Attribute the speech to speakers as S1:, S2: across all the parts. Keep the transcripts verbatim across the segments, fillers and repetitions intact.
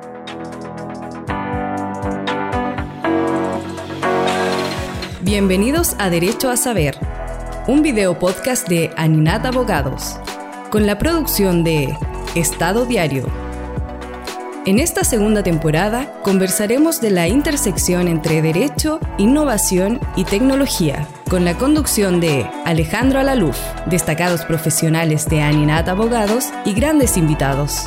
S1: Bienvenidos a Derecho a Saber, un video podcast de Aninat Abogados, con la producción de Estado Diario. En esta segunda temporada conversaremos de la intersección entre derecho, innovación y tecnología, con la conducción de Alejandro Alaluf, destacados profesionales de Aninat Abogados y grandes invitados.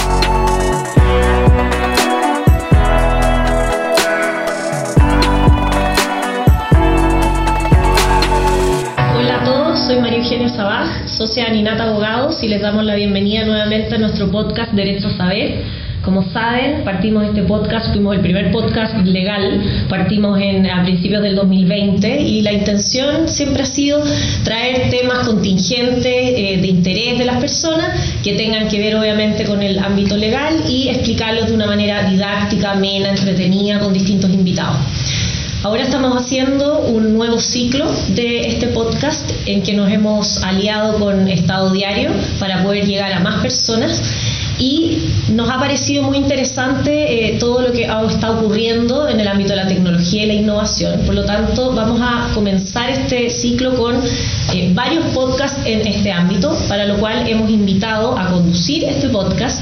S2: Soy María Eugenia Sabaj, socia de Aninat Abogados, y les damos la bienvenida nuevamente a nuestro podcast Derecho a Saber. Como saben, partimos este podcast, fuimos el primer podcast legal, partimos en, a principios del dos mil veinte, y la intención siempre ha sido traer temas contingentes eh, de interés de las personas que tengan que ver obviamente con el ámbito legal y explicarlos de una manera didáctica, amena, entretenida, con distintos invitados. Ahora estamos haciendo un nuevo ciclo de este podcast en que nos hemos aliado con Estado Diario para poder llegar a más personas, y nos ha parecido muy interesante eh, todo lo que está ocurriendo en el ámbito de la tecnología y la innovación. Por lo tanto, vamos a comenzar este ciclo con eh, varios podcasts en este ámbito, para lo cual hemos invitado a conducir este podcast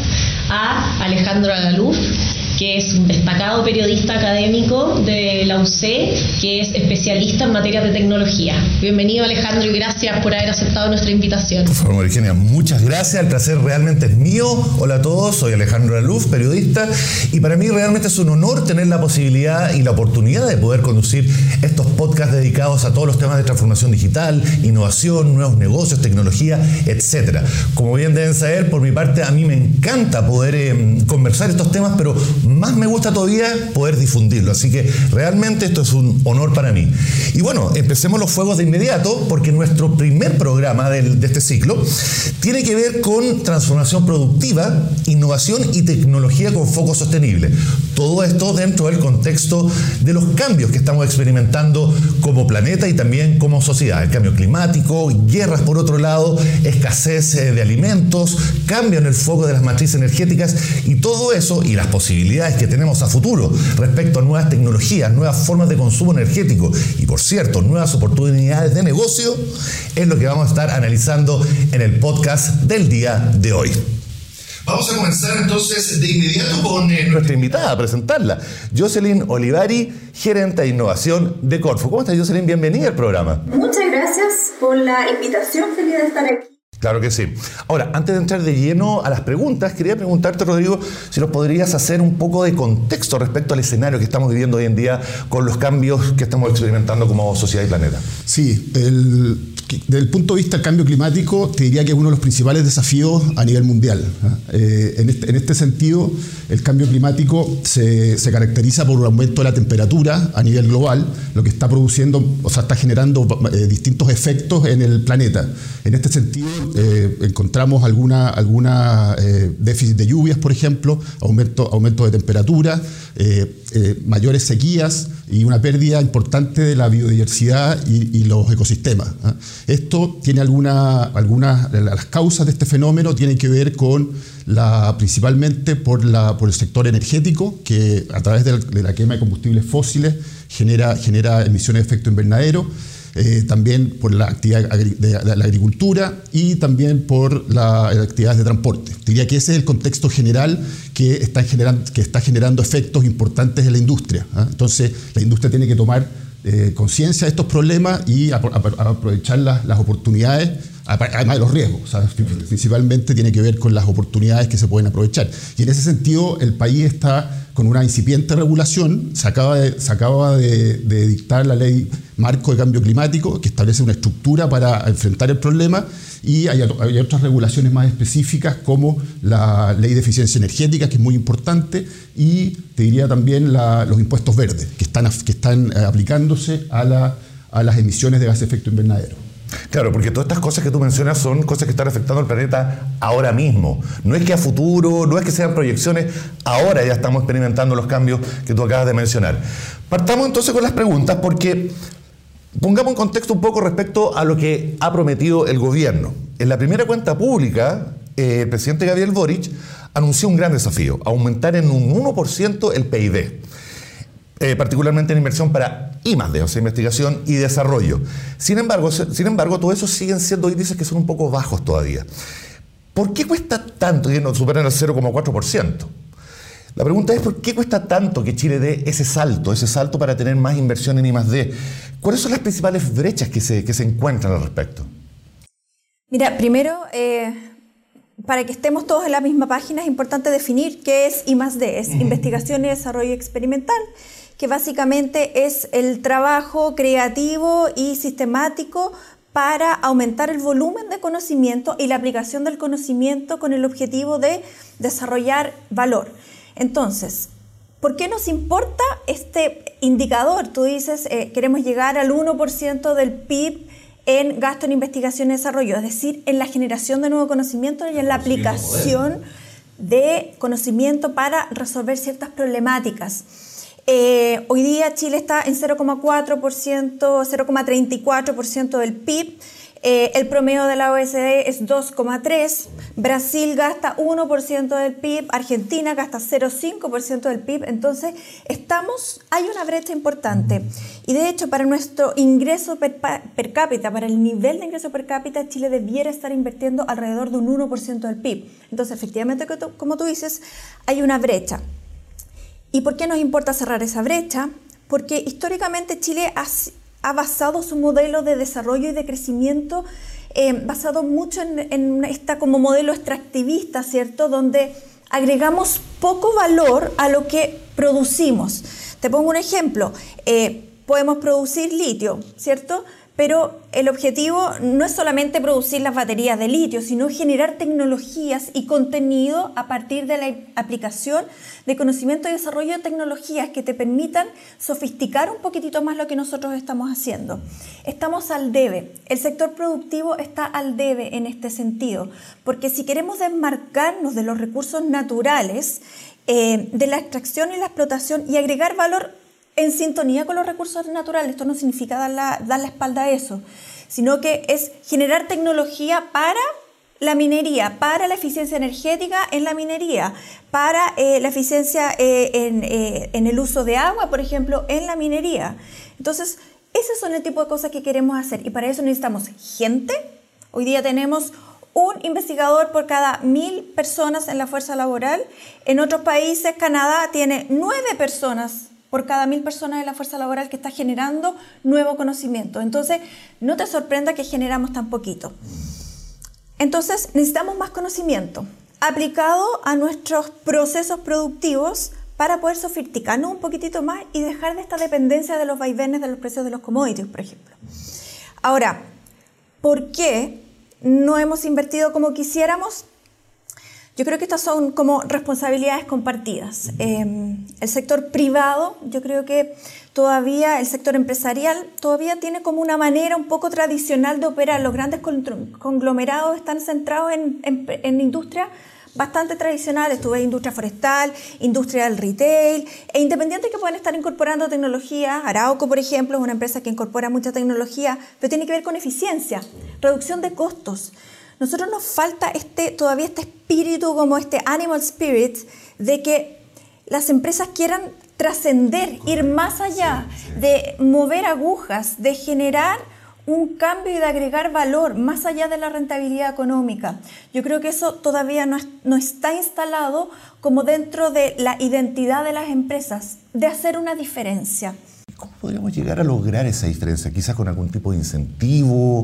S2: a Alejandro Alaluf, que es un destacado periodista académico de la U C, que es especialista en materias de tecnología. Bienvenido, Alejandro, y gracias por haber aceptado nuestra invitación.
S3: Por favor, Virginia, muchas gracias. El placer realmente es mío. Hola a todos, soy Alejandro Alaluf, periodista, y para mí realmente es un honor tener la posibilidad y la oportunidad de poder conducir estos podcasts dedicados a todos los temas de transformación digital, innovación, nuevos negocios, tecnología, etcétera. Como bien deben saber, por mi parte, a mí me encanta poder eh, conversar estos temas, pero más me gusta todavía poder difundirlo, así que realmente esto es un honor para mí. Y bueno, empecemos los fuegos de inmediato, porque nuestro primer programa del, de este ciclo tiene que ver con transformación productiva, innovación y tecnología con foco sostenible. Todo esto dentro del contexto de los cambios que estamos experimentando como planeta y también como sociedad. El cambio climático, guerras por otro lado, escasez de alimentos, cambio en el foco de las matrices energéticas, y todo eso y las posibilidades que tenemos a futuro respecto a nuevas tecnologías, nuevas formas de consumo energético y, por cierto, nuevas oportunidades de negocio, es lo que vamos a estar analizando en el podcast del día de hoy. Vamos a comenzar entonces de inmediato con eh, nuestra invitada a presentarla, Jocelyn Olivari, gerente de innovación de Corfo. ¿Cómo estás, Jocelyn? Bienvenida al programa.
S4: Muchas gracias por la invitación, feliz de estar aquí.
S3: Claro que sí. Ahora, antes de entrar de lleno a las preguntas, quería preguntarte, Rodrigo, si nos podrías hacer un poco de contexto respecto al escenario que estamos viviendo hoy en día con los cambios que estamos experimentando como sociedad y planeta.
S5: Sí, el, desde el punto de vista del cambio climático, te diría que es uno de los principales desafíos a nivel mundial. Eh, en, este, en este sentido, el cambio climático se, se caracteriza por un aumento de la temperatura a nivel global, lo que está produciendo, o sea, está generando eh, distintos efectos en el planeta. En este sentido, Eh, encontramos alguna, alguna eh, déficit de lluvias, por ejemplo, aumento, aumento de temperatura, eh, eh, mayores sequías y una pérdida importante de la biodiversidad y, y los ecosistemas. ¿eh? Esto tiene alguna, algunas, las causas de este fenómeno tienen que ver con la, principalmente por, la, por el sector energético, que a través de la, de la quema de combustibles fósiles genera, genera emisiones de efecto invernadero. Eh, también por la actividad de, de la agricultura y también por las actividades de transporte. Diría que ese es el contexto general que está generando, que está generando efectos importantes en la industria. ¿eh? Entonces, la industria tiene que tomar eh, conciencia de estos problemas y a, a, a aprovechar las, las oportunidades, además de los riesgos. O sea, principalmente tiene que ver con las oportunidades que se pueden aprovechar. Y en ese sentido, el país está con una incipiente regulación. Se acaba de, se acaba de, de dictar la ley marco de cambio climático, que establece una estructura para enfrentar el problema, y hay, hay otras regulaciones más específicas, como la ley de eficiencia energética, que es muy importante, y te diría también la, los impuestos verdes, que están, que están aplicándose a, la, a las emisiones de gases de efecto invernadero.
S3: Claro, porque todas estas cosas que tú mencionas son cosas que están afectando al planeta ahora mismo. No es que a futuro, no es que sean proyecciones, ahora ya estamos experimentando los cambios que tú acabas de mencionar. Partamos entonces con las preguntas, porque pongamos en contexto un poco respecto a lo que ha prometido el gobierno. En la primera cuenta pública, eh, el presidente Gabriel Boric anunció un gran desafío, aumentar en un uno por ciento el P I B, eh, particularmente en inversión para I más D, o sea, investigación y desarrollo. Sin embargo, sin embargo, todo eso siguen siendo índices que son un poco bajos todavía. ¿Por qué cuesta tanto? Y no superan el cero coma cuatro por ciento. La pregunta es, ¿por qué cuesta tanto que Chile dé ese salto, ese salto para tener más inversión en I más D? ¿Cuáles son las principales brechas que se, que se encuentran al respecto?
S6: Mira, primero, eh, para que estemos todos en la misma página, es importante definir qué es I más D. Es uh-huh. Investigación y Desarrollo Experimental, que básicamente es el trabajo creativo y sistemático para aumentar el volumen de conocimiento y la aplicación del conocimiento con el objetivo de desarrollar valor. Entonces, ¿por qué nos importa este indicador? Tú dices, eh, queremos llegar al uno por ciento del P I B en gasto en investigación y desarrollo, es decir, en la generación de nuevo conocimiento y en la aplicación de conocimiento para resolver ciertas problemáticas. Eh, hoy día Chile está en cero coma cuatro por ciento, cero coma treinta y cuatro por ciento del P I B. Eh, el promedio de la O E C D es dos coma tres por ciento. Brasil gasta uno por ciento del P I B. Argentina gasta cero coma cinco por ciento del P I B. Entonces, estamos, hay una brecha importante. Y de hecho, para nuestro ingreso per, per cápita, para el nivel de ingreso per cápita, Chile debiera estar invirtiendo alrededor de un uno por ciento del P I B. Entonces, efectivamente, como tú dices, hay una brecha. ¿Y por qué nos importa cerrar esa brecha? Porque históricamente Chile ha, ha basado su modelo de desarrollo y de crecimiento eh, basado mucho en, en esta como modelo extractivista, ¿cierto? Donde agregamos poco valor a lo que producimos. Te pongo un ejemplo. Eh, podemos producir litio, ¿cierto? Pero el objetivo no es solamente producir las baterías de litio, sino generar tecnologías y contenido a partir de la aplicación de conocimiento y desarrollo de tecnologías que te permitan sofisticar un poquitito más lo que nosotros estamos haciendo. Estamos al debe. El sector productivo está al debe en este sentido, porque si queremos desmarcarnos de los recursos naturales, eh, de la extracción y la explotación y agregar valor en sintonía con los recursos naturales, esto no significa dar la, dar la espalda a eso, sino que es generar tecnología para la minería, para la eficiencia energética en la minería, para eh, la eficiencia eh, en, eh, en el uso de agua, por ejemplo, en la minería. Entonces, esos son el tipo de cosas que queremos hacer y para eso necesitamos gente. Hoy día tenemos un investigador por cada mil personas en la fuerza laboral. En otros países, Canadá tiene nueve personas por cada mil personas de la fuerza laboral que está generando nuevo conocimiento. Entonces, no te sorprenda que generamos tan poquito. Entonces, necesitamos más conocimiento aplicado a nuestros procesos productivos para poder sofisticarnos un poquitito más y dejar de esta dependencia de los vaivenes de los precios de los commodities, por ejemplo. Ahora, ¿por qué no hemos invertido como quisiéramos? Yo creo que estas son como responsabilidades compartidas. Eh, el sector privado, yo creo que todavía, el sector empresarial, todavía tiene como una manera un poco tradicional de operar. Los grandes conglomerados están centrados en, en, en industrias bastante tradicionales. Tú ves industria forestal, industria del retail, e independientes que pueden estar incorporando tecnología. Arauco, por ejemplo, es una empresa que incorpora mucha tecnología, pero tiene que ver con eficiencia, reducción de costos. Nosotros nos falta este, todavía este espíritu, como este animal spirit, de que las empresas quieran trascender, ir más allá, de mover agujas, de generar un cambio y de agregar valor más allá de la rentabilidad económica. Yo creo que eso todavía no, es, no está instalado como dentro de la identidad de las empresas, de hacer una diferencia.
S3: ¿Cómo podríamos llegar a lograr esa diferencia? Quizás con algún tipo de incentivo.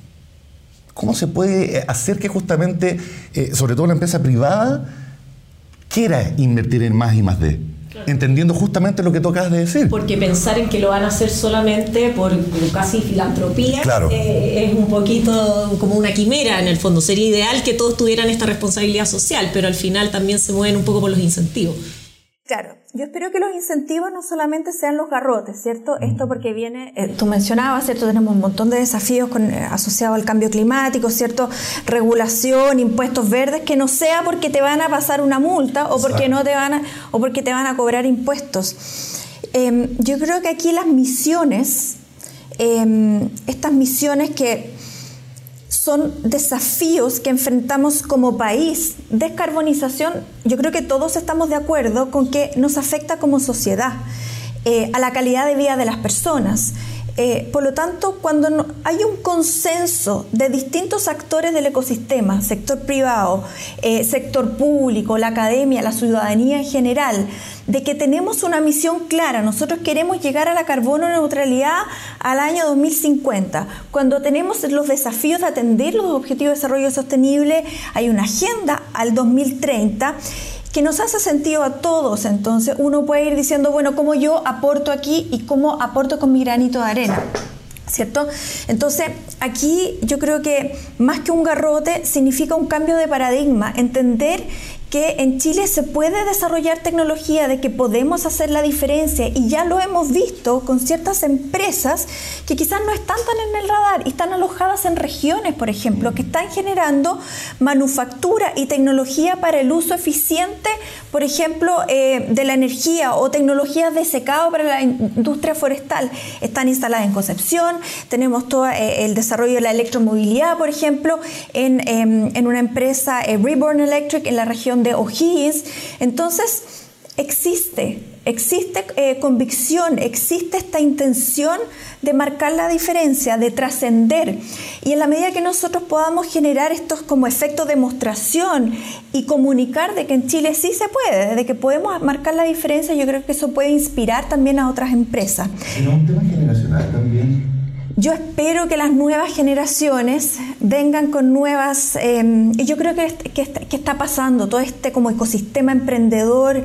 S3: ¿Cómo se puede hacer que justamente, eh, sobre todo la empresa privada, quiera invertir en más y más D? Claro. Entendiendo justamente lo que tú acabas de decir.
S2: Porque pensar en que lo van a hacer solamente por casi filantropía, claro, eh, es un poquito como una quimera en el fondo. Sería ideal que todos tuvieran esta responsabilidad social, pero al final también se mueven un poco por los incentivos.
S6: Claro, yo espero que los incentivos no solamente sean los garrotes, ¿cierto? Esto porque viene, eh, tú mencionabas, ¿cierto? Tenemos un montón de desafíos con, eh, asociados al cambio climático, ¿cierto? Regulación, impuestos verdes, que no sea porque te van a pasar una multa o porque, no te, van a, o porque te van a cobrar impuestos. Eh, yo creo que aquí las misiones, eh, estas misiones que son desafíos que enfrentamos como país. Descarbonización, yo creo que todos estamos de acuerdo con que nos afecta como sociedad, eh, a la calidad de vida de las personas. Eh, por lo tanto, cuando no, hay un consenso de distintos actores del ecosistema, sector privado, eh, sector público, la academia, la ciudadanía en general, de que tenemos una misión clara, nosotros queremos llegar a la carbono neutralidad al año dos mil cincuenta, cuando tenemos los desafíos de atender los objetivos de desarrollo sostenible, hay una agenda al dos mil treinta, que nos hace sentido a todos. Entonces uno puede ir diciendo, bueno, ¿cómo yo aporto aquí y cómo aporto con mi granito de arena? ¿Cierto? Entonces aquí yo creo que más que un garrote significa un cambio de paradigma, entender que en Chile se puede desarrollar tecnología, de que podemos hacer la diferencia, y ya lo hemos visto con ciertas empresas que quizás no están tan en el radar y están alojadas en regiones, por ejemplo, que están generando manufactura y tecnología para el uso eficiente, por ejemplo, eh, de la energía, o tecnologías de secado para la industria forestal. Están instaladas en Concepción, tenemos todo eh, el desarrollo de la electromovilidad, por ejemplo, en, eh, en una empresa, eh, Reborn Electric, en la región de O'Higgins. Entonces existe, existe eh, convicción, existe esta intención de marcar la diferencia, de trascender, y en la medida que nosotros podamos generar estos como efectos de demostración y comunicar de que en Chile sí se puede, de que podemos marcar la diferencia, yo creo que eso puede inspirar también a otras empresas.
S3: ¿Es un tema generacional también?
S6: Yo espero que las nuevas generaciones vengan con nuevas, eh, y yo creo que, que, está, que está pasando todo este como ecosistema emprendedor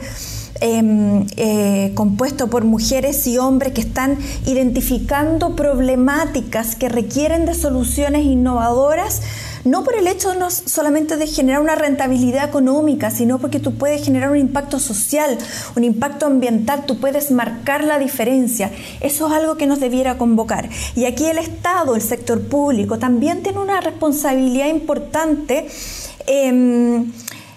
S6: eh, eh, compuesto por mujeres y hombres que están identificando problemáticas que requieren de soluciones innovadoras, no por el hecho no solamente de generar una rentabilidad económica, sino porque tú puedes generar un impacto social, un impacto ambiental, tú puedes marcar la diferencia. Eso es algo que nos debiera convocar. Y aquí el Estado, el sector público, también tiene una responsabilidad importante eh,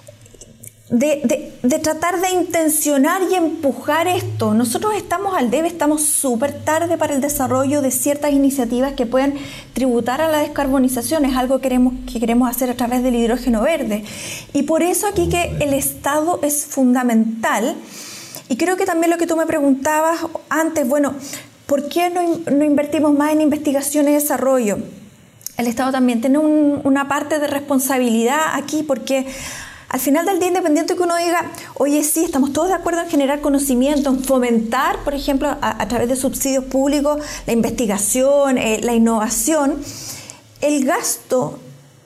S6: De, de, de tratar de intencionar y empujar esto. Nosotros estamos al debe, estamos súper tarde para el desarrollo de ciertas iniciativas que puedan tributar a la descarbonización. Es algo que queremos, que queremos hacer a través del hidrógeno verde. Y por eso aquí que el Estado es fundamental. Y creo que también lo que tú me preguntabas antes, bueno, ¿por qué no, no invertimos más en investigación y desarrollo? El Estado también tiene un, una parte de responsabilidad aquí, porque al final del día, independiente que uno diga, oye, sí, estamos todos de acuerdo en generar conocimiento, en fomentar, por ejemplo, a, a través de subsidios públicos, la investigación, eh, la innovación, el gasto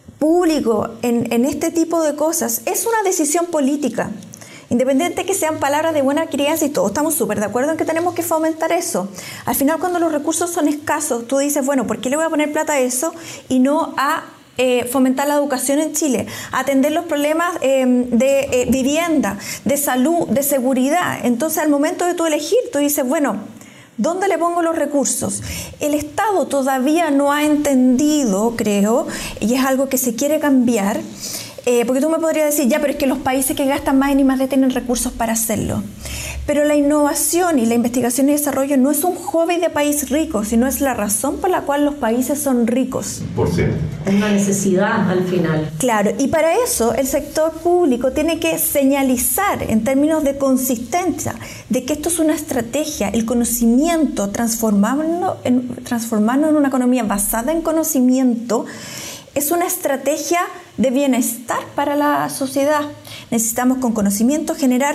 S6: público en, en este tipo de cosas es una decisión política. Independiente que sean palabras de buena crianza, y todos estamos súper de acuerdo en que tenemos que fomentar eso. Al final, cuando los recursos son escasos, tú dices, bueno, ¿por qué le voy a poner plata a eso y no a Eh, fomentar la educación en Chile, atender los problemas eh, de eh, vivienda, de salud, de seguridad? Entonces, al momento de tú elegir, tú dices, bueno, ¿dónde le pongo los recursos? El Estado todavía no ha entendido, creo, y es algo que se quiere cambiar, eh, porque tú me podrías decir, ya, pero es que los países que gastan más en I más D tienen recursos para hacerlo. Pero la innovación y la investigación y desarrollo no es un hobby de país rico, sino es la razón por la cual los países son ricos.
S3: Por cierto.
S2: Es una necesidad al final.
S6: Claro, y para eso el sector público tiene que señalizar en términos de consistencia de que esto es una estrategia, el conocimiento, transformarlo en, transformarlo en una economía basada en conocimiento, es una estrategia de bienestar para la sociedad. Necesitamos con conocimiento generar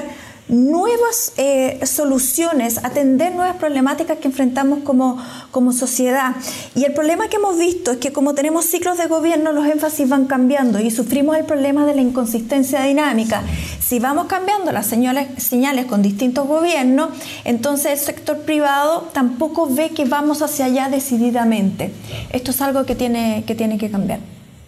S6: nuevas eh, soluciones, atender nuevas problemáticas que enfrentamos como, como sociedad. Y el problema que hemos visto es que como tenemos ciclos de gobierno, los énfasis van cambiando y sufrimos el problema de la inconsistencia dinámica. Si vamos cambiando las señales, señales con distintos gobiernos, entonces el sector privado tampoco ve que vamos hacia allá decididamente. Esto es algo que tiene que, tiene que cambiar.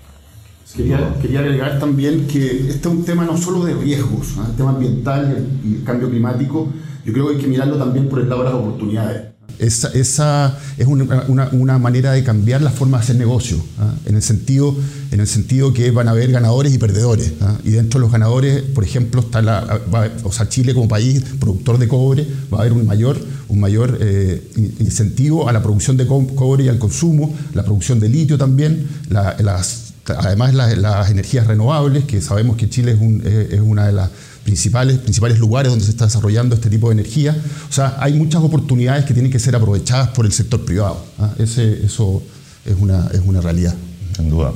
S5: Quería, quería agregar también que este es un tema no solo de riesgos, ¿no? El tema ambiental y el, y el cambio climático, yo creo que hay que mirarlo también por el lado de las oportunidades. Esa, esa es una, una, una manera de cambiar la forma de hacer negocio, ¿ah? en el sentido, en el sentido que van a haber ganadores y perdedores, ¿ah? Y dentro de los ganadores, por ejemplo, está la, va, o sea, Chile como país productor de cobre, va a haber un mayor, un mayor eh, incentivo a la producción de co cobre y al consumo, la producción de litio también, la, las, además las, las energías renovables, que sabemos que Chile es, un, es, es una de las Principales, principales lugares donde se está desarrollando este tipo de energía. O sea, hay muchas oportunidades que tienen que ser aprovechadas por el sector privado. ¿Ah? Ese, eso es una, es una realidad.
S3: Sin duda.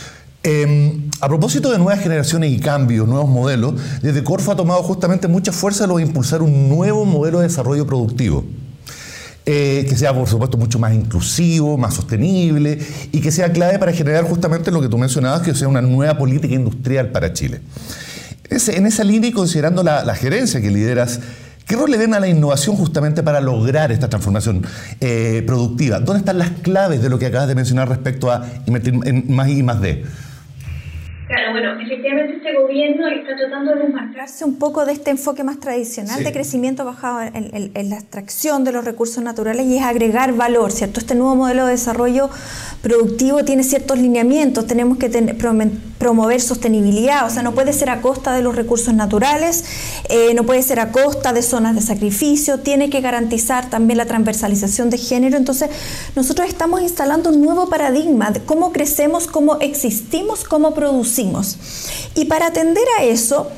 S3: Eh, a propósito de nuevas generaciones y cambios, nuevos modelos, desde Corfo ha tomado justamente mucha fuerza lo de impulsar un nuevo modelo de desarrollo productivo. Eh, que sea, por supuesto, mucho más inclusivo, más sostenible y que sea clave para generar justamente lo que tú mencionabas, que sea una nueva política industrial para Chile. En esa línea y considerando la, la gerencia que lideras, ¿qué rol le den a la innovación justamente para lograr esta transformación eh, productiva? ¿Dónde están las claves de lo que acabas de mencionar respecto a invertir en más I más D?
S4: Claro, bueno, efectivamente este gobierno está tratando de desmarcarse
S6: un poco de este enfoque más tradicional sí. de crecimiento basado en, en, en la extracción de los recursos naturales y es agregar valor, ¿cierto? Este nuevo modelo de desarrollo productivo tiene ciertos lineamientos, tenemos que ten, promover sostenibilidad, o sea, no puede ser a costa de los recursos naturales, eh, no puede ser a costa de zonas de sacrificio, tiene que garantizar también la transversalización de género. Entonces, nosotros estamos instalando un nuevo paradigma de cómo crecemos, cómo existimos, cómo producimos. Y para atender a eso,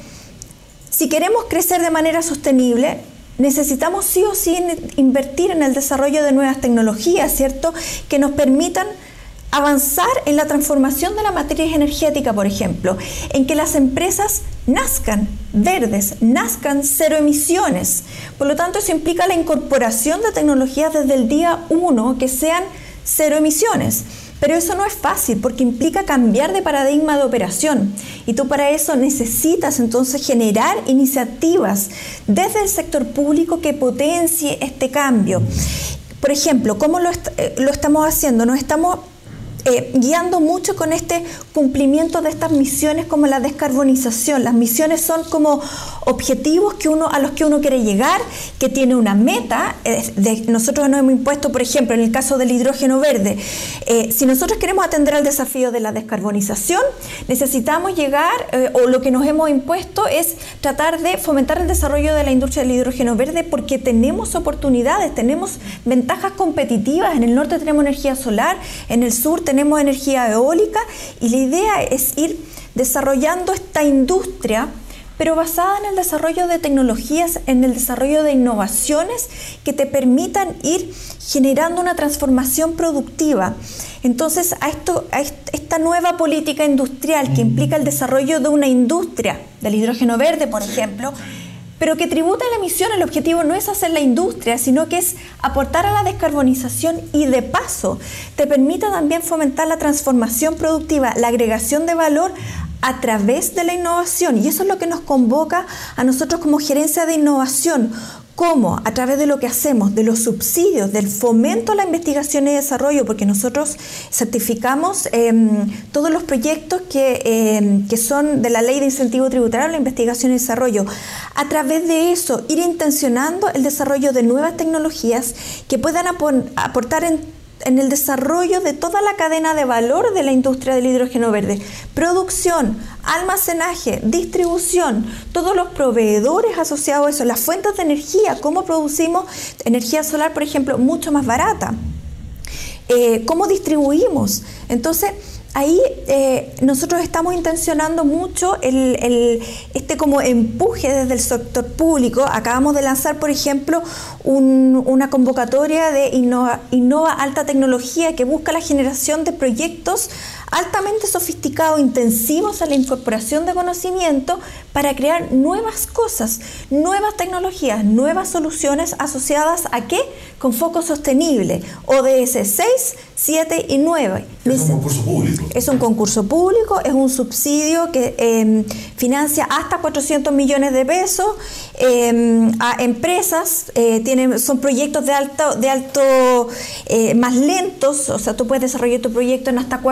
S6: si queremos crecer de manera sostenible, necesitamos sí o sí invertir en el desarrollo de nuevas tecnologías, ¿cierto?, que nos permitan avanzar en la transformación de la matriz energética, por ejemplo, en que las empresas nazcan verdes, nazcan cero emisiones. Por lo tanto, eso implica la incorporación de tecnologías desde el día uno que sean cero emisiones. Pero eso no es fácil porque implica cambiar de paradigma de operación y tú para eso necesitas entonces generar iniciativas desde el sector público que potencie este cambio. Por ejemplo, ¿cómo lo, est lo estamos haciendo? Nos estamos Eh, guiando mucho con este cumplimiento de estas misiones como la descarbonización. Las misiones son como objetivos que uno, a los que uno quiere llegar, que tiene una meta. Eh, de, nosotros nos hemos impuesto, por ejemplo, en el caso del hidrógeno verde, eh, si nosotros queremos atender al desafío de la descarbonización, necesitamos llegar, eh, o lo que nos hemos impuesto es tratar de fomentar el desarrollo de la industria del hidrógeno verde porque tenemos oportunidades, tenemos ventajas competitivas. En el norte tenemos energía solar, en el sur tenemos tenemos energía eólica y la idea es ir desarrollando esta industria, pero basada en el desarrollo de tecnologías, en el desarrollo de innovaciones que te permitan ir generando una transformación productiva. Entonces, a, esto, a esta nueva política industrial que implica el desarrollo de una industria del hidrógeno verde, por ejemplo, pero que tributa a la emisión, el objetivo no es hacer la industria, sino que es aportar a la descarbonización y de paso te permita también fomentar la transformación productiva, la agregación de valor a través de la innovación. Y eso es lo que nos convoca a nosotros como gerencia de innovación. ¿Cómo? A través de lo que hacemos, de los subsidios, del fomento a la investigación y desarrollo, porque nosotros certificamos eh, todos los proyectos que, eh, que son de la Ley de Incentivo Tributario a la Investigación y Desarrollo. A través de eso, ir intencionando el desarrollo de nuevas tecnologías que puedan aportar en en el desarrollo de toda la cadena de valor de la industria del hidrógeno verde. Producción, almacenaje, distribución, todos los proveedores asociados a eso, las fuentes de energía, cómo producimos energía solar, por ejemplo, mucho más barata, eh, cómo distribuimos. Entonces, ahí eh, nosotros estamos intencionando mucho el, el, este como empuje desde el sector público. Acabamos de lanzar, por ejemplo, un, una convocatoria de Innova, Innova Alta Tecnología que busca la generación de proyectos altamente sofisticados, intensivos en la incorporación de conocimiento para crear nuevas cosas, nuevas tecnologías, nuevas soluciones asociadas ¿a qué? Con foco sostenible, O D S seis, siete y nueve.
S3: Es un concurso público.
S6: Es un concurso público, es un subsidio que eh, financia hasta cuatrocientos millones de pesos eh, a empresas, eh, tienen, son proyectos de alto, de alto eh, más lentos, o sea, tú puedes desarrollar tu proyecto en hasta cuatro años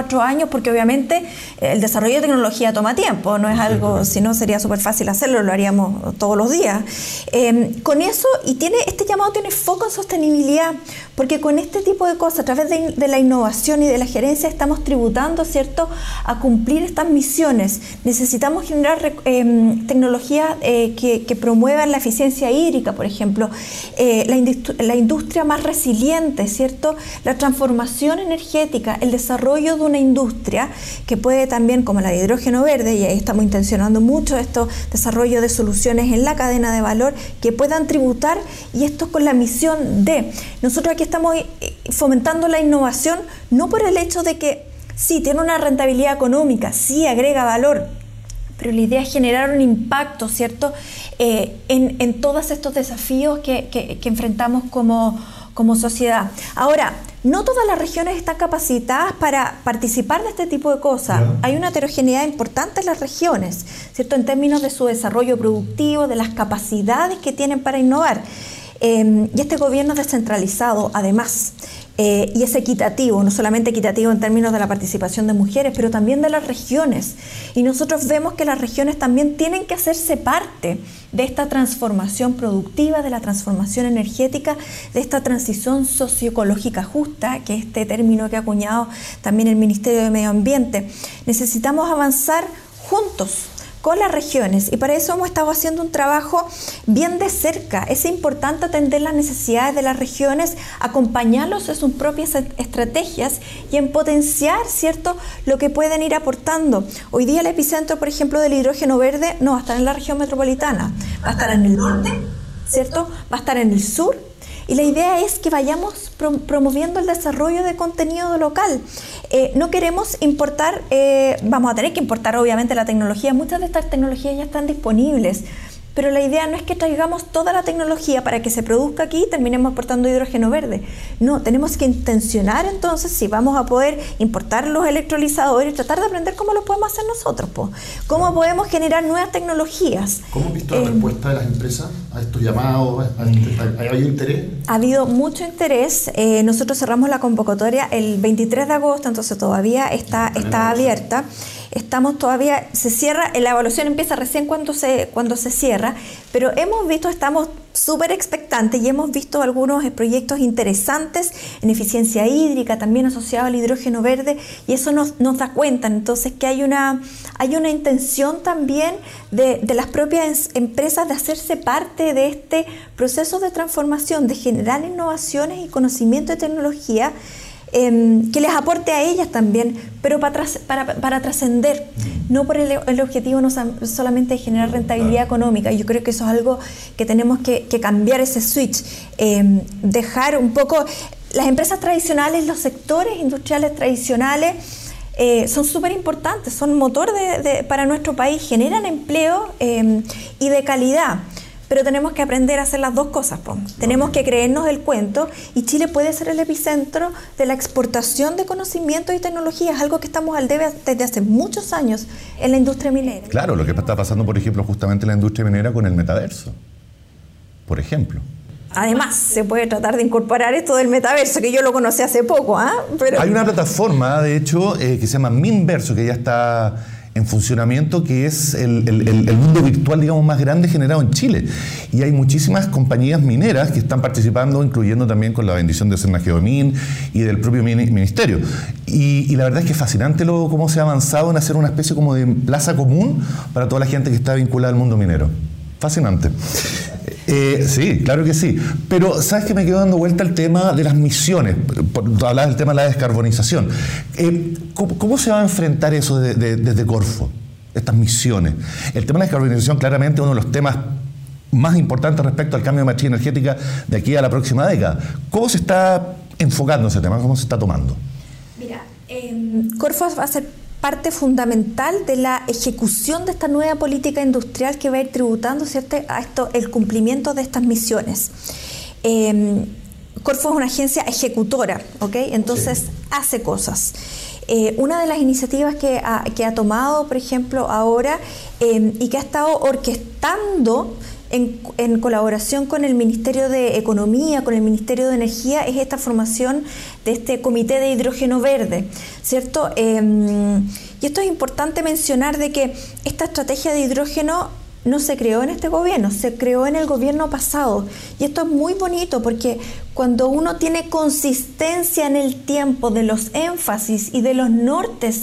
S6: porque obviamente el desarrollo de tecnología toma tiempo, no es algo, si no sería súper fácil hacerlo, lo haríamos todos los días. Eh, con eso, y tiene este llamado tiene foco en sostenibilidad, porque con este tipo de cosas, a través de, de la innovación y de la gerencia, estamos tributando, ¿cierto?, a cumplir estas misiones. Necesitamos generar eh, tecnologías eh, que, que promuevan la eficiencia hídrica, por ejemplo, eh, la, industria, la industria más resiliente, ¿cierto?, la transformación energética, el desarrollo de una industria que puede también, como la de hidrógeno verde, y ahí estamos intencionando mucho esto, desarrollo de soluciones en la cadena de valor que puedan tributar, y esto con la misión de, nosotros aquí estamos fomentando la innovación, no por el hecho de que sí, tiene una rentabilidad económica, sí agrega valor, pero la idea es generar un impacto, ¿cierto?, eh, en, en todos estos desafíos que, que, que enfrentamos como, como sociedad. Ahora, no todas las regiones están capacitadas para participar de este tipo de cosas. Yeah. Hay una heterogeneidad importante en las regiones, ¿cierto?, en términos de su desarrollo productivo, de las capacidades que tienen para innovar. Eh, y este gobierno es descentralizado, además, eh, y es equitativo, no solamente equitativo en términos de la participación de mujeres, pero también de las regiones. Y nosotros vemos que las regiones también tienen que hacerse parte de esta transformación productiva, de la transformación energética, de esta transición socioecológica justa, que es este término que ha acuñado también el Ministerio de Medio Ambiente. Necesitamos avanzar juntos con las regiones, y para eso hemos estado haciendo un trabajo bien de cerca. Es importante atender las necesidades de las regiones, acompañarlos en sus propias estrategias y en potenciar, ¿cierto?, lo que pueden ir aportando. Hoy día el epicentro, por ejemplo, del hidrógeno verde no va a estar en la región metropolitana, va a estar en el norte, ¿cierto?, va a estar en el sur. Y la idea es que vayamos pro promoviendo el desarrollo de contenido local. Eh, no queremos importar, eh, vamos a tener que importar obviamente la tecnología. Muchas de estas tecnologías ya están disponibles, pero la idea no es que traigamos toda la tecnología para que se produzca aquí y terminemos exportando hidrógeno verde. No, tenemos que intencionar entonces si vamos a poder importar los electrolizadores y tratar de aprender cómo lo podemos hacer nosotros, po. Cómo claro. podemos generar nuevas tecnologías.
S5: ¿Cómo has visto la eh, respuesta de las empresas a estos llamados? ¿Ha habido interés?
S6: Ha habido mucho interés. Eh, nosotros cerramos la convocatoria el veintitrés de agosto, entonces todavía está, está abierta. Estamos todavía, se cierra, la evaluación empieza recién cuando se, cuando se cierra, pero hemos visto, estamos súper expectantes y hemos visto algunos proyectos interesantes en eficiencia hídrica, también asociados al hidrógeno verde, y eso nos, nos da cuenta entonces que hay una, hay una intención también de, de las propias empresas de hacerse parte de este proceso de transformación, de generar innovaciones y conocimiento de tecnología Eh, que les aporte a ellas también, pero para, para, para trascender, no por el, el objetivo no solamente de generar rentabilidad económica. Yo creo que eso es algo que tenemos que, que cambiar, ese switch, eh, dejar un poco las empresas tradicionales, los sectores industriales tradicionales eh, son súper importantes, son motor de, de, para nuestro país, generan empleo eh, y de calidad. Pero tenemos que aprender a hacer las dos cosas, po. Tenemos que creernos el cuento, y Chile puede ser el epicentro de la exportación de conocimiento y tecnologías, algo que estamos al debe desde hace muchos años en la industria minera.
S3: Claro, lo que está pasando, por ejemplo, justamente en la industria minera con el metaverso, por ejemplo.
S6: Además, se puede tratar de incorporar esto del metaverso, que yo lo conocí hace poco, ¿ah? ¿eh? Pero...
S3: Hay una plataforma, de hecho, eh, que se llama Minverso, que ya está en funcionamiento, que es el, el, el mundo virtual, digamos, más grande generado en Chile. Y hay muchísimas compañías mineras que están participando, incluyendo también con la bendición de Serna Geomin y del propio ministerio. Y, y la verdad es que es fascinante lo, cómo se ha avanzado en hacer una especie como de plaza común para toda la gente que está vinculada al mundo minero. Fascinante. Eh, sí, claro que sí. Pero, ¿sabes qué? Me quedo dando vuelta al tema de las misiones. Hablabas del tema de la descarbonización. Eh, ¿cómo, ¿Cómo se va a enfrentar eso de, de, desde Corfo? Estas misiones. El tema de la descarbonización claramente es uno de los temas más importantes respecto al cambio de matriz energética de aquí a la próxima década. ¿Cómo se está enfocando ese tema? ¿Cómo se está tomando?
S6: Mira, eh, Corfo va a ser parte fundamental de la ejecución de esta nueva política industrial que va a ir tributando, ¿cierto?, a esto, el cumplimiento de estas misiones. Eh, Corfo es una agencia ejecutora, ¿ok? Entonces sí. hace cosas. Eh, una de las iniciativas que ha, que ha tomado, por ejemplo, ahora eh, y que ha estado orquestando en, en colaboración con el Ministerio de Economía, con el Ministerio de Energía, es esta formación de este Comité de Hidrógeno Verde, ¿cierto? Eh, y esto es importante mencionar de que esta estrategia de hidrógeno no se creó en este gobierno, se creó en el gobierno pasado. Y esto es muy bonito porque cuando uno tiene consistencia en el tiempo de los énfasis y de los nortes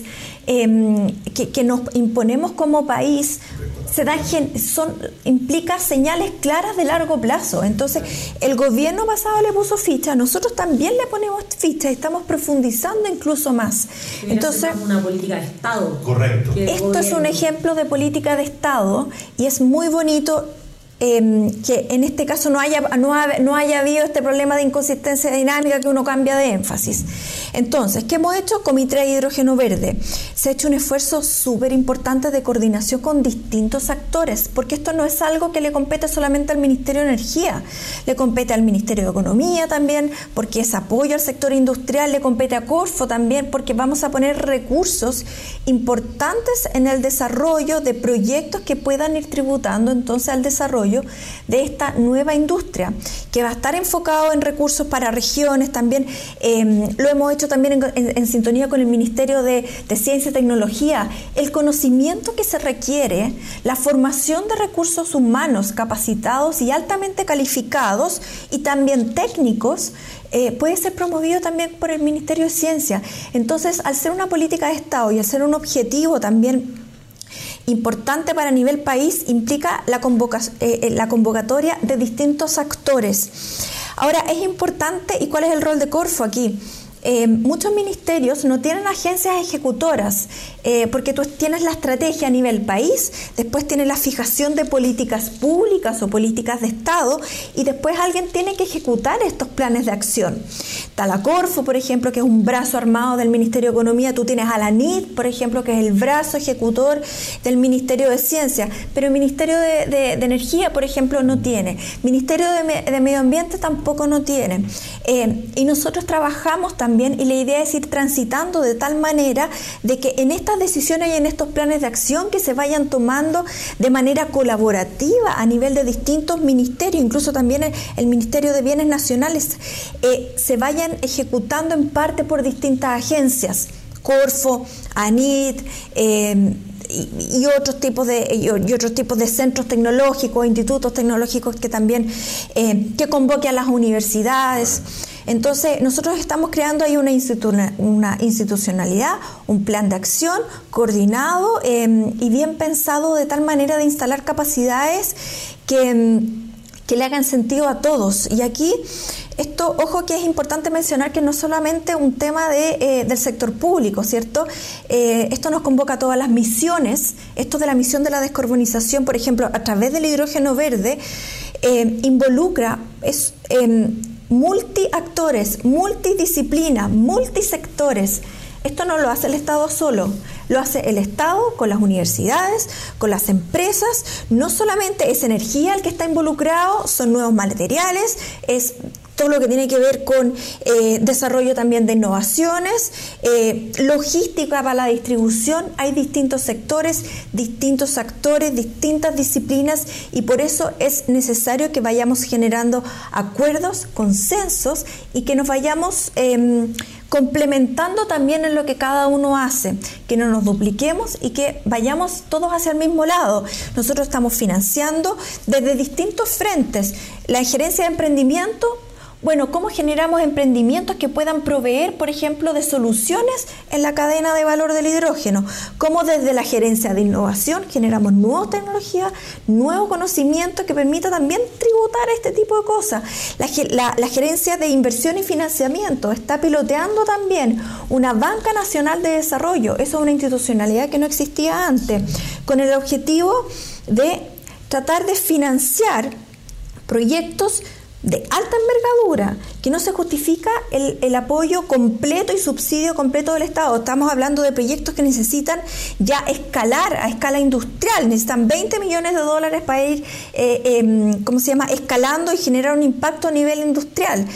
S6: eh, que, que nos imponemos como país, se dan, son, implica señales claras de largo plazo. Entonces, el gobierno pasado le puso ficha, nosotros también le ponemos ficha y estamos profundizando incluso más. Entonces,
S2: una política de Estado.
S3: Correcto.
S6: Esto es un ejemplo de política de Estado y es muy bonito eh, que en este caso no haya, no, ha, no haya habido este problema de inconsistencia dinámica que uno cambia de énfasis. Entonces, ¿qué hemos hecho? Comité de Hidrógeno Verde. Se ha hecho un esfuerzo súper importante de coordinación con distintos actores, porque esto no es algo que le compete solamente al Ministerio de Energía, le compete al Ministerio de Economía también, porque es apoyo al sector industrial, le compete a Corfo también, porque vamos a poner recursos importantes en el desarrollo de proyectos que puedan ir tributando entonces al desarrollo de esta nueva industria, que va a estar enfocado en recursos para regiones también. Eh, lo hemos hecho también en, en, en sintonía con el Ministerio de, de Ciencia y Tecnología. El conocimiento que se requiere, la formación de recursos humanos capacitados y altamente calificados y también técnicos, eh, puede ser promovido también por el Ministerio de Ciencia. Entonces, al ser una política de Estado y al ser un objetivo también importante para nivel país, implica la, convoca, eh, la convocatoria de distintos actores. Ahora, es importante, ¿y cuál es el rol de Corfo aquí? Eh, muchos ministerios no tienen agencias ejecutoras eh, porque tú tienes la estrategia a nivel país, después tienes la fijación de políticas públicas o políticas de Estado y después alguien tiene que ejecutar estos planes de acción. Está la Corfo, por ejemplo, que es un brazo armado del Ministerio de Economía, tú tienes a la N I T, por ejemplo, que es el brazo ejecutor del Ministerio de Ciencia, pero el Ministerio de, de, de Energía, por ejemplo, no tiene. Ministerio de, Me, de Medio Ambiente tampoco no tiene. Eh, y nosotros trabajamos también y la idea es ir transitando de tal manera de que en estas decisiones y en estos planes de acción que se vayan tomando de manera colaborativa a nivel de distintos ministerios, incluso también el, el Ministerio de Bienes Nacionales, eh, se vayan ejecutando en parte por distintas agencias, Corfo, A N I T, eh, Y, y otros tipos de y, y otros tipos de centros tecnológicos, institutos tecnológicos que también eh, que convoque a las universidades. Entonces nosotros estamos creando ahí una, institu una institucionalidad, un plan de acción coordinado eh, y bien pensado de tal manera de instalar capacidades que, que le hagan sentido a todos. Y aquí esto, ojo que es importante mencionar que no es solamente un tema de, eh, del sector público, ¿cierto? Eh, esto nos convoca a todas las misiones. Esto de la misión de la descarbonización, por ejemplo, a través del hidrógeno verde, eh, involucra es, eh, multiactores, multidisciplinas, multisectores. Esto no lo hace el Estado solo, lo hace el Estado con las universidades, con las empresas. No solamente es energía el que está involucrado, son nuevos materiales, es todo lo que tiene que ver con eh, desarrollo también de innovaciones, eh, logística para la distribución. Hay distintos sectores, distintos actores, distintas disciplinas y por eso es necesario que vayamos generando acuerdos, consensos y que nos vayamos eh, complementando también en lo que cada uno hace, que no nos dupliquemos y que vayamos todos hacia el mismo lado. Nosotros estamos financiando desde distintos frentes. La gerencia de emprendimiento, bueno, ¿cómo generamos emprendimientos que puedan proveer, por ejemplo, de soluciones en la cadena de valor del hidrógeno? ¿Cómo desde la gerencia de innovación generamos nuevas tecnologías, nuevo conocimiento que permita también tributar este tipo de cosas? La, la, la gerencia de inversión y financiamiento está piloteando también una banca nacional de desarrollo. Eso es una institucionalidad que no existía antes, con el objetivo de tratar de financiar proyectos de alta envergadura, que no se justifica el, el apoyo completo y subsidio completo del Estado. Estamos hablando de proyectos que necesitan ya escalar a escala industrial, necesitan veinte millones de dólares para ir, eh, eh, ¿cómo se llama?, escalando y generar un impacto a nivel industrial.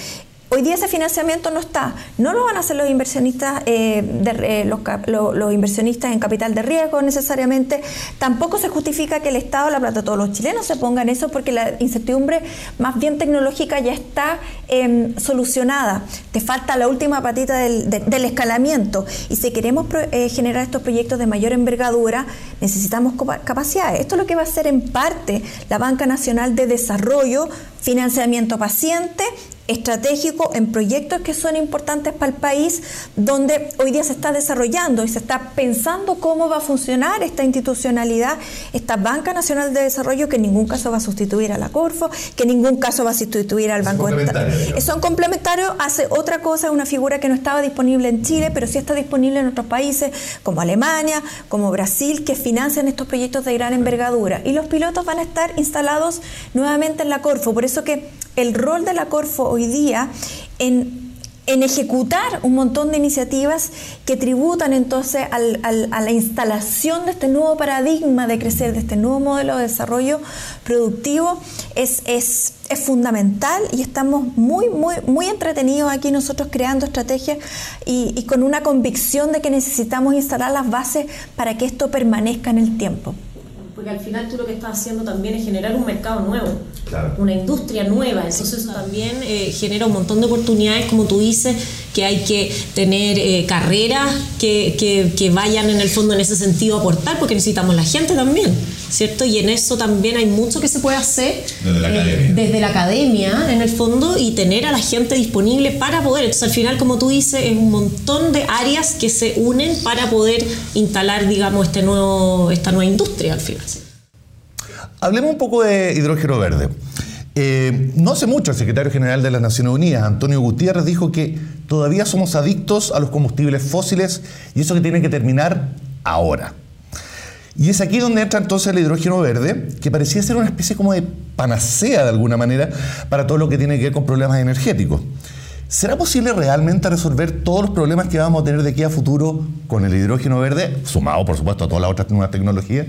S6: Hoy día ese financiamiento no está, no lo van a hacer los inversionistas, eh, de, eh, los, los, los inversionistas en capital de riesgo necesariamente, tampoco se justifica que el Estado, la plata de todos los chilenos se ponga en eso porque la incertidumbre más bien tecnológica ya está eh, solucionada, te falta la última patita del, de, del escalamiento y si queremos pro, eh, generar estos proyectos de mayor envergadura necesitamos capacidades. Esto es lo que va a hacer en parte la Banca Nacional de Desarrollo, financiamiento paciente, estratégico en proyectos que son importantes para el país, donde hoy día se está desarrollando y se está pensando cómo va a funcionar esta institucionalidad, esta Banca Nacional de Desarrollo, que en ningún caso va a sustituir a la Corfo, que en ningún caso va a sustituir al Banco Central. Son complementarios, hace otra cosa, una figura que no estaba disponible en Chile, pero sí está disponible en otros países, como Alemania, como Brasil, que financian estos proyectos de gran envergadura. Y los pilotos van a estar instalados nuevamente en la Corfo, por eso que el rol de la Corfo hoy día en, en ejecutar un montón de iniciativas que tributan entonces al, al, a la instalación de este nuevo paradigma de crecer, de este nuevo modelo de desarrollo productivo, es, es, es fundamental y estamos muy, muy, muy entretenidos aquí nosotros creando estrategias y, y con una convicción de que necesitamos instalar las bases para que esto permanezca en el tiempo.
S2: Porque al final tú lo que estás haciendo también es generar un mercado nuevo, claro, una industria nueva, entonces eso también eh, genera un montón de oportunidades, como tú dices, que hay que tener eh, carreras que, que, que vayan en el fondo en ese sentido a aportar, porque necesitamos la gente también, ¿cierto? Y en eso también hay mucho que se puede hacer
S3: desde la, eh, academia.
S2: desde la academia, en el fondo, y tener a la gente disponible para poder, entonces al final, como tú dices, es un montón de áreas que se unen para poder instalar, digamos, este nuevo, esta nueva industria al final.
S3: Hablemos un poco de hidrógeno verde. Eh, no hace mucho el secretario general de las Naciones Unidas, Antonio Guterres, dijo que todavía somos adictos a los combustibles fósiles y eso que tiene que terminar ahora. Y es aquí donde entra entonces el hidrógeno verde, que parecía ser una especie como de panacea de alguna manera para todo lo que tiene que ver con problemas energéticos. ¿Será posible realmente resolver todos los problemas que vamos a tener de aquí a futuro con el hidrógeno verde, sumado por supuesto a todas las otras nuevas tecnologías?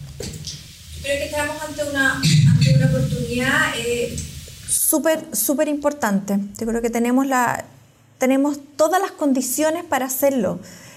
S6: Creo que estamos ante una, ante una oportunidad eh, súper, súper importante. Yo creo que tenemos, la, tenemos todas las condiciones para hacerlo.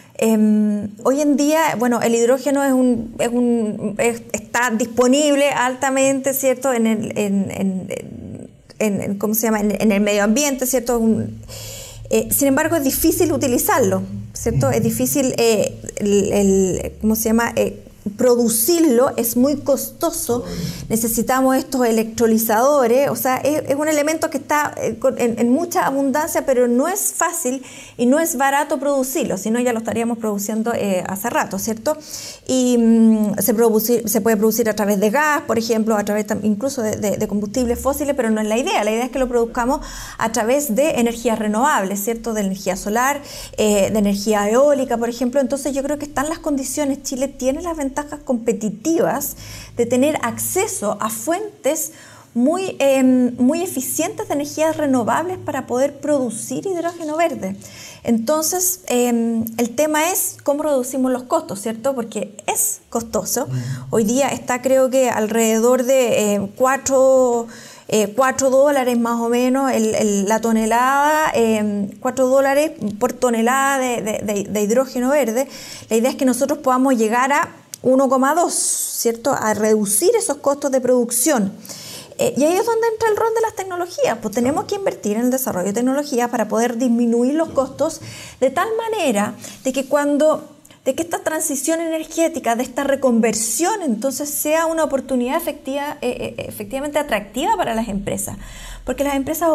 S6: Eh, hoy en día, bueno, el hidrógeno es un, es un, es, está disponible altamente, ¿cierto? En el, en, en, en, en, ¿cómo se llama? En, en el medio ambiente, ¿cierto? Un, eh, sin embargo, es difícil utilizarlo, ¿cierto? Es difícil, eh, el, el, ¿cómo se llama? Eh, producirlo es muy costoso, necesitamos estos electrolizadores, o sea, es, es un elemento que está en, en mucha abundancia, pero no es fácil y no es barato producirlo, si no ya lo estaríamos produciendo eh, hace rato, ¿cierto? Y mm, se, producir, se puede producir a través de gas, por ejemplo, a través incluso de, de, de combustibles fósiles, pero no es la idea, la idea es que lo produzcamos a través de energías renovables, ¿cierto? De energía solar, eh, de energía eólica, por ejemplo, entonces yo creo que están las condiciones, Chile tiene las ventajas competitivas de tener acceso a fuentes muy, eh, muy eficientes de energías renovables para poder producir hidrógeno verde. Entonces, eh, el tema es cómo reducimos los costos, ¿cierto? Porque es costoso. Hoy día está, creo que, alrededor de eh, cuatro... Eh, cuatro dólares más o menos el, el, la tonelada, eh, cuatro dólares por tonelada de, de, de, de hidrógeno verde. La idea es que nosotros podamos llegar a uno coma dos, ¿cierto? A reducir esos costos de producción. Eh, y ahí es donde entra el rol de las tecnologías. Pues tenemos que invertir en el desarrollo de tecnologías para poder disminuir los costos de tal manera de que cuando... de que esta transición energética, de esta reconversión, entonces sea una oportunidad efectiva, eh, efectivamente atractiva para las empresas. Porque a las empresas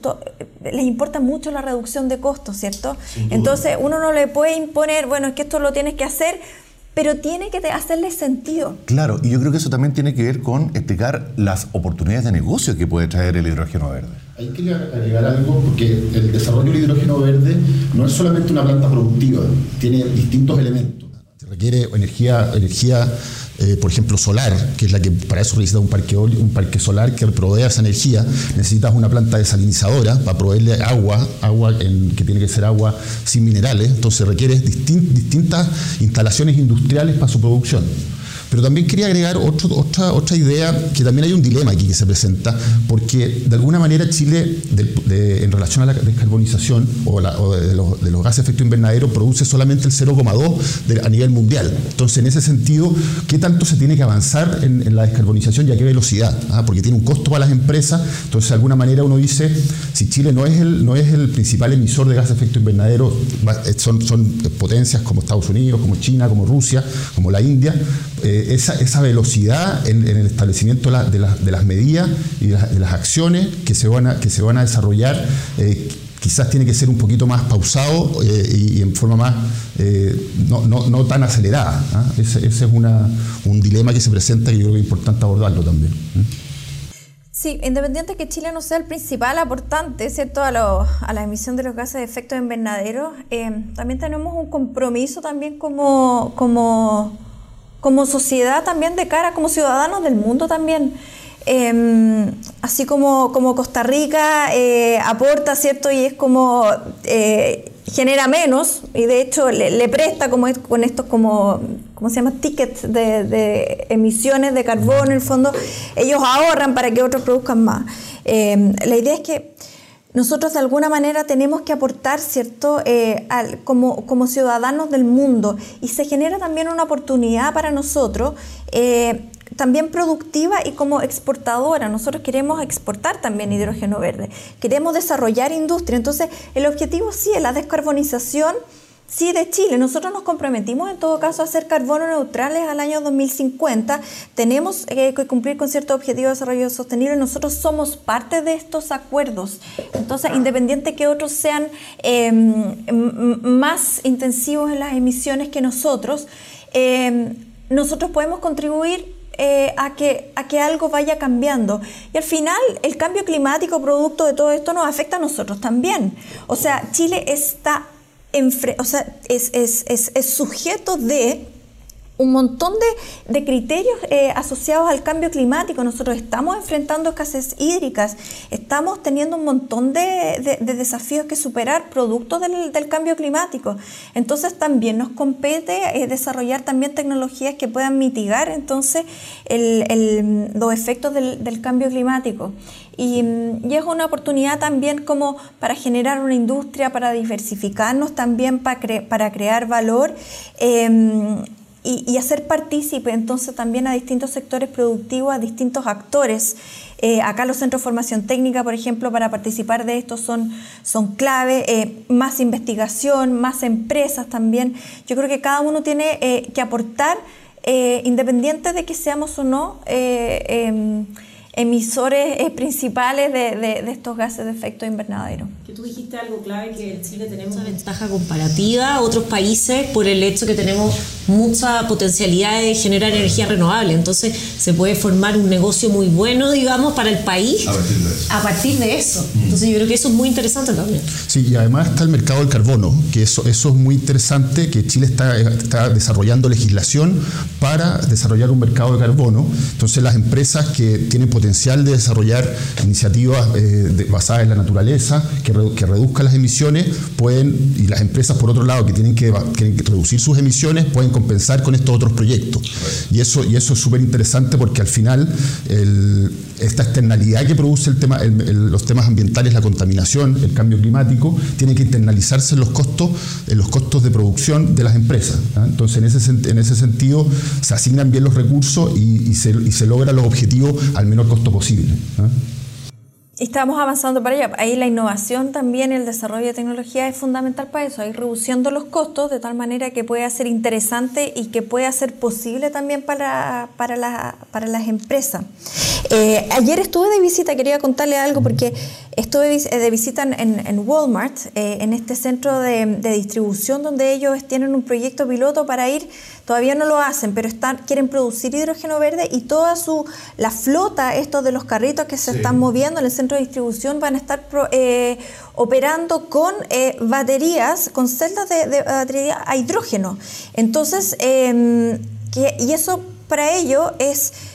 S6: les importa mucho la reducción de costos, ¿cierto? Entonces uno no le puede imponer, bueno, es que esto lo tienes que hacer, pero tiene que hacerle sentido.
S3: Claro, y yo creo que eso también tiene que ver con explicar las oportunidades de negocio que puede traer el hidrógeno verde.
S5: Hay que agregar algo, porque el desarrollo del hidrógeno verde no es solamente una planta productiva, tiene distintos elementos. Se requiere energía, energía eh, por ejemplo, solar, que es la que para eso necesitas un parque, un parque solar que provea esa energía. Necesitas una planta desalinizadora para proveerle agua, agua en, que tiene que ser agua sin minerales. Entonces requiere distin, distintas instalaciones industriales para su producción. Pero también quería agregar otro, otra, otra idea, que también hay un dilema aquí que se presenta, porque de alguna manera Chile, de, de, en relación a la descarbonización o, la, o de, los, de los gases de efecto invernadero, produce solamente el cero coma dos a nivel mundial. Entonces, en ese sentido, ¿qué tanto se tiene que avanzar en, en la descarbonización y a qué velocidad? ¿Ah? Porque tiene un costo para las empresas. Entonces, de alguna manera uno dice, si Chile no es el, no es el principal emisor de gases de efecto invernadero, son, son potencias como Estados Unidos, como China, como Rusia, como la India, eh, esa, esa velocidad en, en el establecimiento de, la, de, la, de las medidas y de, la, de las acciones que se van a, que se van a desarrollar, eh, quizás tiene que ser un poquito más pausado eh, y, y en forma más eh, no, no, no tan acelerada. ¿eh? Ese, ese es una, un dilema que se presenta, que yo creo que es importante abordarlo también. ¿eh?
S6: Sí, independiente que Chile no sea el principal aportante, ¿cierto?, a, lo, a la emisión de los gases de efecto invernadero, eh, también tenemos un compromiso también como, como, como sociedad, también de cara, como ciudadanos del mundo también. Eh, así como, como Costa Rica eh, aporta, ¿cierto?, y es como eh, genera menos, y de hecho le, le presta como es, con estos como, ¿cómo se llama?, tickets de, de emisiones de carbono, en el fondo ellos ahorran para que otros produzcan más. Eh, la idea es que nosotros de alguna manera tenemos que aportar, ¿cierto?, eh, al, como, como ciudadanos del mundo, y se genera también una oportunidad para nosotros, eh, también productiva y como exportadora. Nosotros queremos exportar también hidrógeno verde, queremos desarrollar industria. Entonces, el objetivo sí es la descarbonización, sí, de Chile. Nosotros nos comprometimos en todo caso a ser carbono neutrales al año dos mil cincuenta. Tenemos eh, que cumplir con ciertos objetivos de desarrollo sostenible. Nosotros somos parte de estos acuerdos. Entonces, independiente que otros sean eh, m- más intensivos en las emisiones que nosotros, eh, nosotros podemos contribuir Eh, a, que, a que algo vaya cambiando. Y al final, el cambio climático producto de todo esto nos afecta a nosotros también. O sea, Chile está enfre- o sea, es, es, es, es sujeto de un montón de, de criterios eh, asociados al cambio climático. Nosotros estamos enfrentando escasez hídricas, estamos teniendo un montón de, de, de desafíos que superar producto del, del cambio climático. Entonces también nos compete eh, desarrollar también tecnologías que puedan mitigar entonces el, el, los efectos del, del cambio climático. Y, y es una oportunidad también como para generar una industria, para diversificarnos también, para, cre- para crear valor, eh, Y, y hacer partícipe entonces también a distintos sectores productivos, a distintos actores. Eh, acá los centros de formación técnica, por ejemplo, para participar de esto son, son clave, eh, más investigación, más empresas también. Yo creo que cada uno tiene eh, que aportar, eh, independiente de que seamos o no eh, eh, emisores eh, principales de, de, de estos gases de efecto invernadero.
S2: Que tú dijiste algo clave, que en Chile tenemos una ventaja comparativa a otros países por el hecho que tenemos mucha potencialidad de generar energía renovable. Entonces se puede formar un negocio muy bueno, digamos, para el país a partir de eso. A partir de eso. Entonces yo creo que eso es muy interesante también.
S5: Sí, y además está el mercado del carbono, que eso, eso es muy interesante, que Chile está, está desarrollando legislación para desarrollar un mercado de carbono. Entonces las empresas que tienen potencial de desarrollar iniciativas eh, de, basadas en la naturaleza, que, re, que reduzcan las emisiones, pueden, y las empresas por otro lado que tienen que, que reducir sus emisiones, pueden compensar con estos otros proyectos. Y eso, y eso es súper interesante porque al final el, esta externalidad que produce el tema, el, el, los temas ambientales, la contaminación, el cambio climático, tiene que internalizarse en los costos, en los costos de producción de las empresas. ¿eh? Entonces en ese, en ese sentido se asignan bien los recursos y, y, se, y se logran los objetivos al menor costo posible. ¿eh?
S6: Estamos avanzando para allá. Ahí la innovación también, el desarrollo de tecnología es fundamental para eso, ir reduciendo los costos de tal manera que pueda ser interesante y que pueda ser posible también para, para, la, para las empresas. Eh, ayer estuve de visita, quería contarle algo porque estuve de visita en, en Walmart, eh, en este centro de, de distribución donde ellos tienen un proyecto piloto para ir, todavía no lo hacen, pero están, quieren producir hidrógeno verde y toda su la flota, estos de los carritos que se sí. están moviendo en el centro de distribución van a estar pro, eh, operando con eh, baterías, con celdas de, de batería a hidrógeno. Entonces, eh, que, y eso para ello es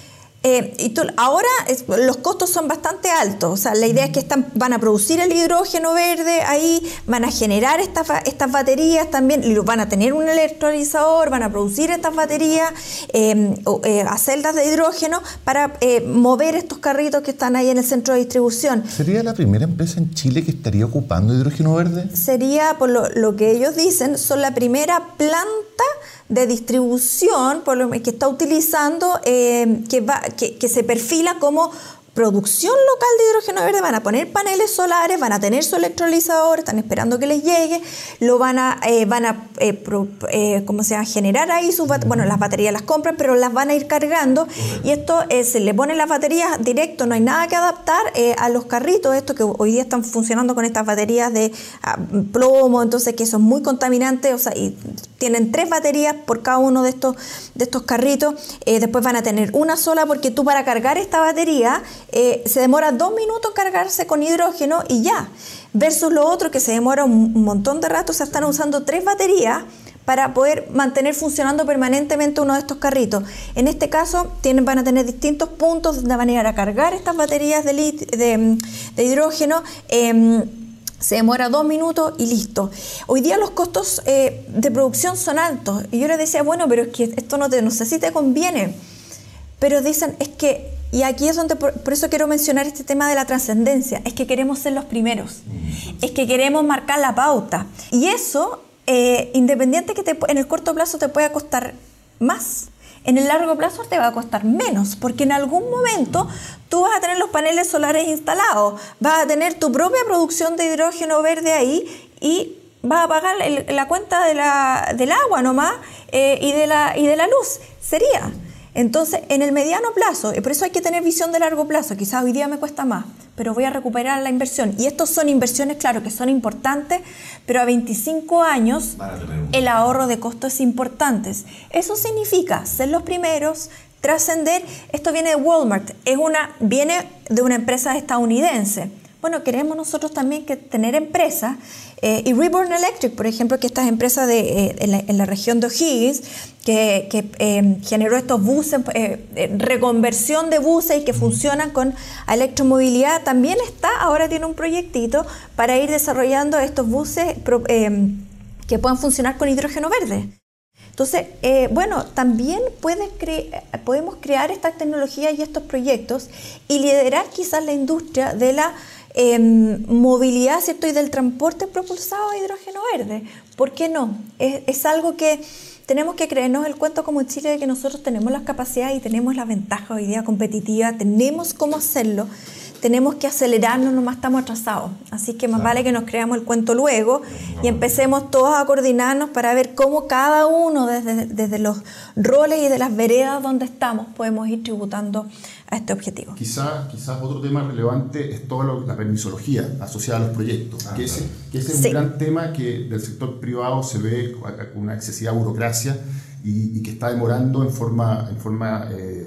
S6: Eh, y tú, ahora es, los costos son bastante altos, o sea, la idea es que están, van a producir el hidrógeno verde ahí, van a generar estas, estas baterías también, y van a tener un electrolizador, van a producir estas baterías eh, eh, a celdas de hidrógeno para eh, mover estos carritos que están ahí en el centro de distribución.
S3: ¿Sería la primera empresa en Chile que estaría ocupando hidrógeno verde?
S6: Sería, por lo, lo que ellos dicen, son la primera planta de distribución por lo que está utilizando, eh, que, va, que, que se perfila como producción local de hidrógeno verde. Van a poner paneles solares, van a tener su electrolizador, están esperando que les llegue, lo van a, eh, van a eh, pro, eh, ¿cómo se llama? generar ahí sus baterías. Bueno, las baterías las compran, pero las van a ir cargando, y esto eh, se le ponen las baterías directo, no hay nada que adaptar eh, a los carritos, estos que hoy día están funcionando con estas baterías de uh, plomo, entonces que son muy contaminantes, o sea, y tienen tres baterías por cada uno de estos, de estos carritos. Eh, después van a tener una sola, porque tú para cargar esta batería eh, se demora dos minutos cargarse con hidrógeno y ya, versus lo otro que se demora un, un montón de rato. O sea, están usando tres baterías para poder mantener funcionando permanentemente uno de estos carritos. En este caso tienen, van a tener distintos puntos donde van a ir a cargar estas baterías de, lit, de, de hidrógeno. Eh, Se demora dos minutos y listo. Hoy día los costos eh, de producción son altos. Y yo les decía, bueno, pero es que esto no, te, no sé si te conviene. Pero dicen, es que, y aquí es donde, por, por eso quiero mencionar este tema de la trascendencia, es que queremos ser los primeros. Es que queremos marcar la pauta. Y eso, eh, independiente que te, en el corto plazo te pueda costar más, en el largo plazo te va a costar menos, porque en algún momento tú vas a tener los paneles solares instalados, vas a tener tu propia producción de hidrógeno verde ahí y vas a pagar el, la cuenta de la, del agua nomás eh, y, de la, y de la luz. Sería. Entonces, en el mediano plazo, y por eso hay que tener visión de largo plazo, quizás hoy día me cuesta más, pero voy a recuperar la inversión. Y estos son inversiones, claro, que son importantes, pero a veinticinco años el ahorro de costos es importante. Eso significa ser los primeros, trascender. Esto viene de Walmart, es una, viene de una empresa estadounidense. Bueno, queremos nosotros también que tener empresas, eh, y Reborn Electric, por ejemplo, que estas empresas de, eh, en, la, en la región de O'Higgins, que, que eh, generó estos buses, eh, eh, reconversión de buses y que funcionan con electromovilidad, también está, ahora tiene un proyectito para ir desarrollando estos buses eh, que puedan funcionar con hidrógeno verde. Entonces, eh, bueno, también puede cre- podemos crear estas tecnologías y estos proyectos y liderar quizás la industria de la eh, movilidad, ¿cierto? Y del transporte propulsado a hidrógeno verde. ¿Por qué no? Es, es algo que tenemos que creernos el cuento como en Chile de que nosotros tenemos las capacidades y tenemos la ventaja hoy día competitiva, tenemos cómo hacerlo. Tenemos que acelerarnos, nomás estamos atrasados. Así que más vale que nos creamos el cuento luego y empecemos todos a coordinarnos para ver cómo cada uno, desde, desde los roles y de las veredas donde estamos, podemos ir tributando a este objetivo.
S5: Quizás quizás otro tema relevante es toda lo, la permisología asociada a los proyectos, ah, que ese, que ese es
S6: sí.
S5: un gran tema que del sector privado se ve con una excesiva burocracia y, y que está demorando en forma... En forma eh,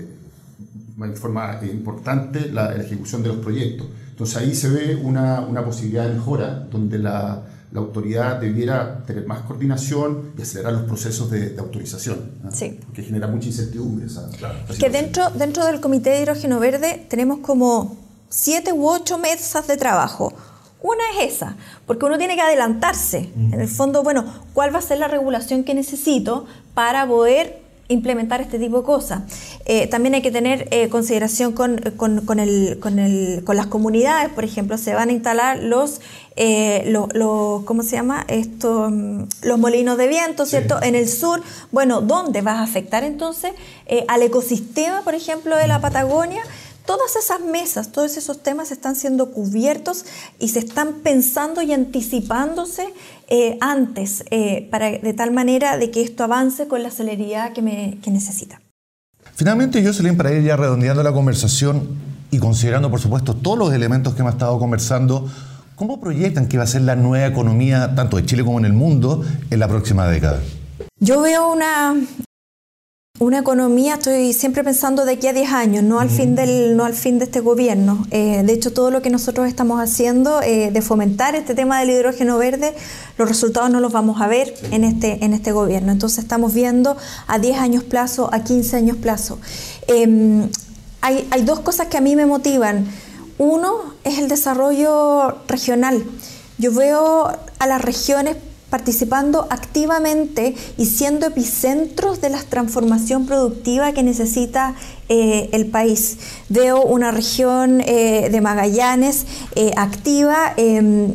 S5: de forma importante la, la ejecución de los proyectos. Entonces ahí se ve una, una posibilidad de mejora donde la, la autoridad debiera tener más coordinación y acelerar los procesos de, de autorización, ¿no?
S6: Sí.
S5: Que genera mucha incertidumbre. Esa, claro,
S6: es que dentro, dentro del Comité de Hidrógeno Verde tenemos como siete u ocho mesas de trabajo. Una es esa, porque uno tiene que adelantarse. Mm. En el fondo, bueno, ¿cuál va a ser la regulación que necesito para poder implementar este tipo de cosas? Eh, también hay que tener eh, consideración con, con, con, el, con, el, con las comunidades. Por ejemplo, se van a instalar los, eh, los, los ¿cómo se llama? Esto, los molinos de viento, ¿cierto? Sí. En el sur. Bueno, ¿dónde vas a afectar entonces eh, al ecosistema, por ejemplo, de la Patagonia? Todas esas mesas, todos esos temas están siendo cubiertos y se están pensando y anticipándose eh, antes, eh, para, de tal manera de que esto avance con la celeridad que, me, que necesita.
S3: Finalmente, Jocelyn, para ir ya redondeando la conversación y considerando, por supuesto, todos los elementos que hemos estado conversando, ¿cómo proyectan que va a ser la nueva economía, tanto de Chile como en el mundo, en la próxima década?
S6: Yo veo una... Una economía, estoy siempre pensando de aquí a diez años, no al, mm. fin, del, no al fin de este gobierno. Eh, de hecho, todo lo que nosotros estamos haciendo eh, de fomentar este tema del hidrógeno verde, los resultados no los vamos a ver en este, en este gobierno. Entonces estamos viendo a diez años plazo, a quince años plazo. Eh, hay, hay dos cosas que a mí me motivan. Uno es el desarrollo regional. Yo veo a las regiones participando activamente y siendo epicentros de la transformación productiva que necesita eh, el país. Veo una región eh, de Magallanes eh, activa, eh,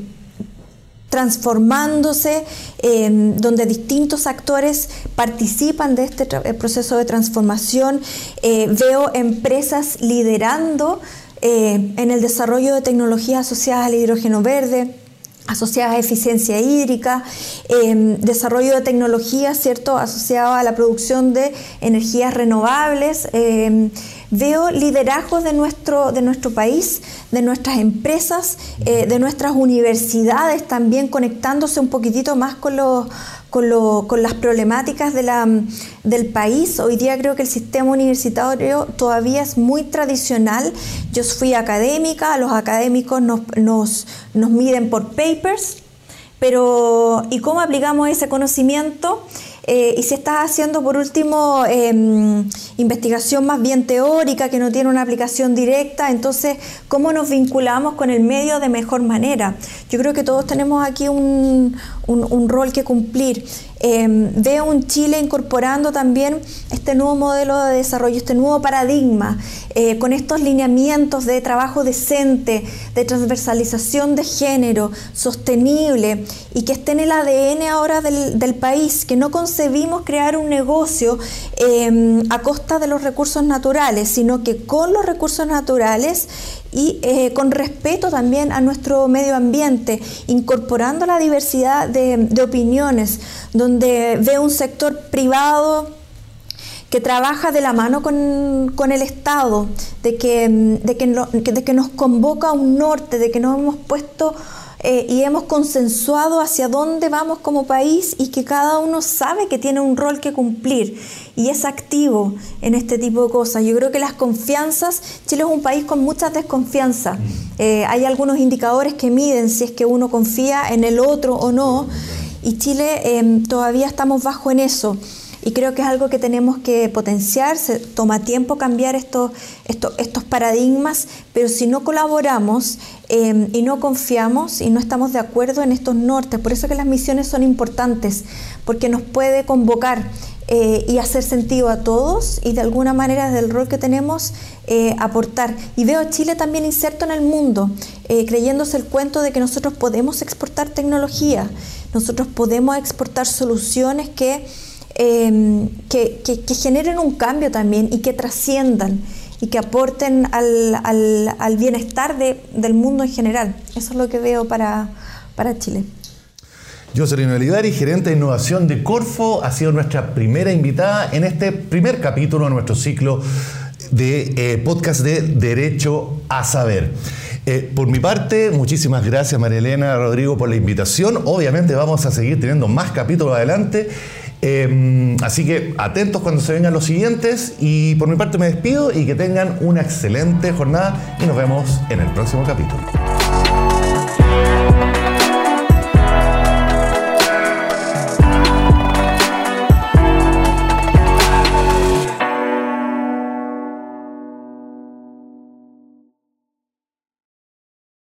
S6: transformándose, eh, donde distintos actores participan de este proceso de transformación. Eh, veo empresas liderando eh, en el desarrollo de tecnologías asociadas al hidrógeno verde, asociadas a eficiencia hídrica, eh, desarrollo de tecnologías, ¿cierto?, asociado a la producción de energías renovables. Eh, veo liderazgos de nuestro, de nuestro país, de nuestras empresas, eh, de nuestras universidades también conectándose un poquitito más con los Con, lo, con las problemáticas de la, del país. Hoy día creo que el sistema universitario todavía es muy tradicional. Yo fui académica, los académicos nos, nos, nos miden por papers, pero ¿y cómo aplicamos ese conocimiento? Eh, y si estás haciendo, por último, eh, investigación más bien teórica, que no tiene una aplicación directa, entonces, ¿cómo nos vinculamos con el medio de mejor manera? Yo creo que todos tenemos aquí un, un, un rol que cumplir. Eh, veo un Chile incorporando también este nuevo modelo de desarrollo, este nuevo paradigma, eh, con estos lineamientos de trabajo decente, de transversalización de género, sostenible, y que esté en el A D N ahora del, del país, que no concebimos crear un negocio eh, a costa de los recursos naturales, sino que con los recursos naturales y eh, con respeto también a nuestro medio ambiente, incorporando la diversidad de, de opiniones, donde veo un sector privado que trabaja de la mano con, con el Estado, de que, de, que no, de que nos convoca a un norte, de que nos hemos puesto eh, y hemos consensuado hacia dónde vamos como país, y que cada uno sabe que tiene un rol que cumplir y es activo en este tipo de cosas. Yo creo que las confianzas, Chile es un país con muchas desconfianzas. Eh, hay algunos indicadores que miden si es que uno confía en el otro o no, y Chile eh, todavía estamos bajo en eso. Y creo que es algo que tenemos que potenciar. Se toma tiempo cambiar estos, estos, estos paradigmas, pero si no colaboramos eh, y no confiamos y no estamos de acuerdo en estos nortes, por eso que las misiones son importantes, porque nos puede convocar eh, y hacer sentido a todos, y de alguna manera desde el rol que tenemos eh, aportar. Y veo a Chile también inserto en el mundo, eh, creyéndose el cuento de que nosotros podemos exportar tecnología, nosotros podemos exportar soluciones que Eh, que, que, que generen un cambio también y que trasciendan y que aporten al, al, al bienestar de, del mundo en general. Eso es lo que veo para, para Chile.
S3: Jocelyn Olivari, gerente de innovación de Corfo, ha sido nuestra primera invitada en este primer capítulo de nuestro ciclo de eh, podcast de Derecho a Saber. Eh, por mi parte, muchísimas gracias, María Elena, Rodrigo, por la invitación. Obviamente vamos a seguir teniendo más capítulos adelante. Eh, así que atentos cuando se vengan los siguientes, y por mi parte me despido y que tengan una excelente jornada y nos vemos en el próximo capítulo.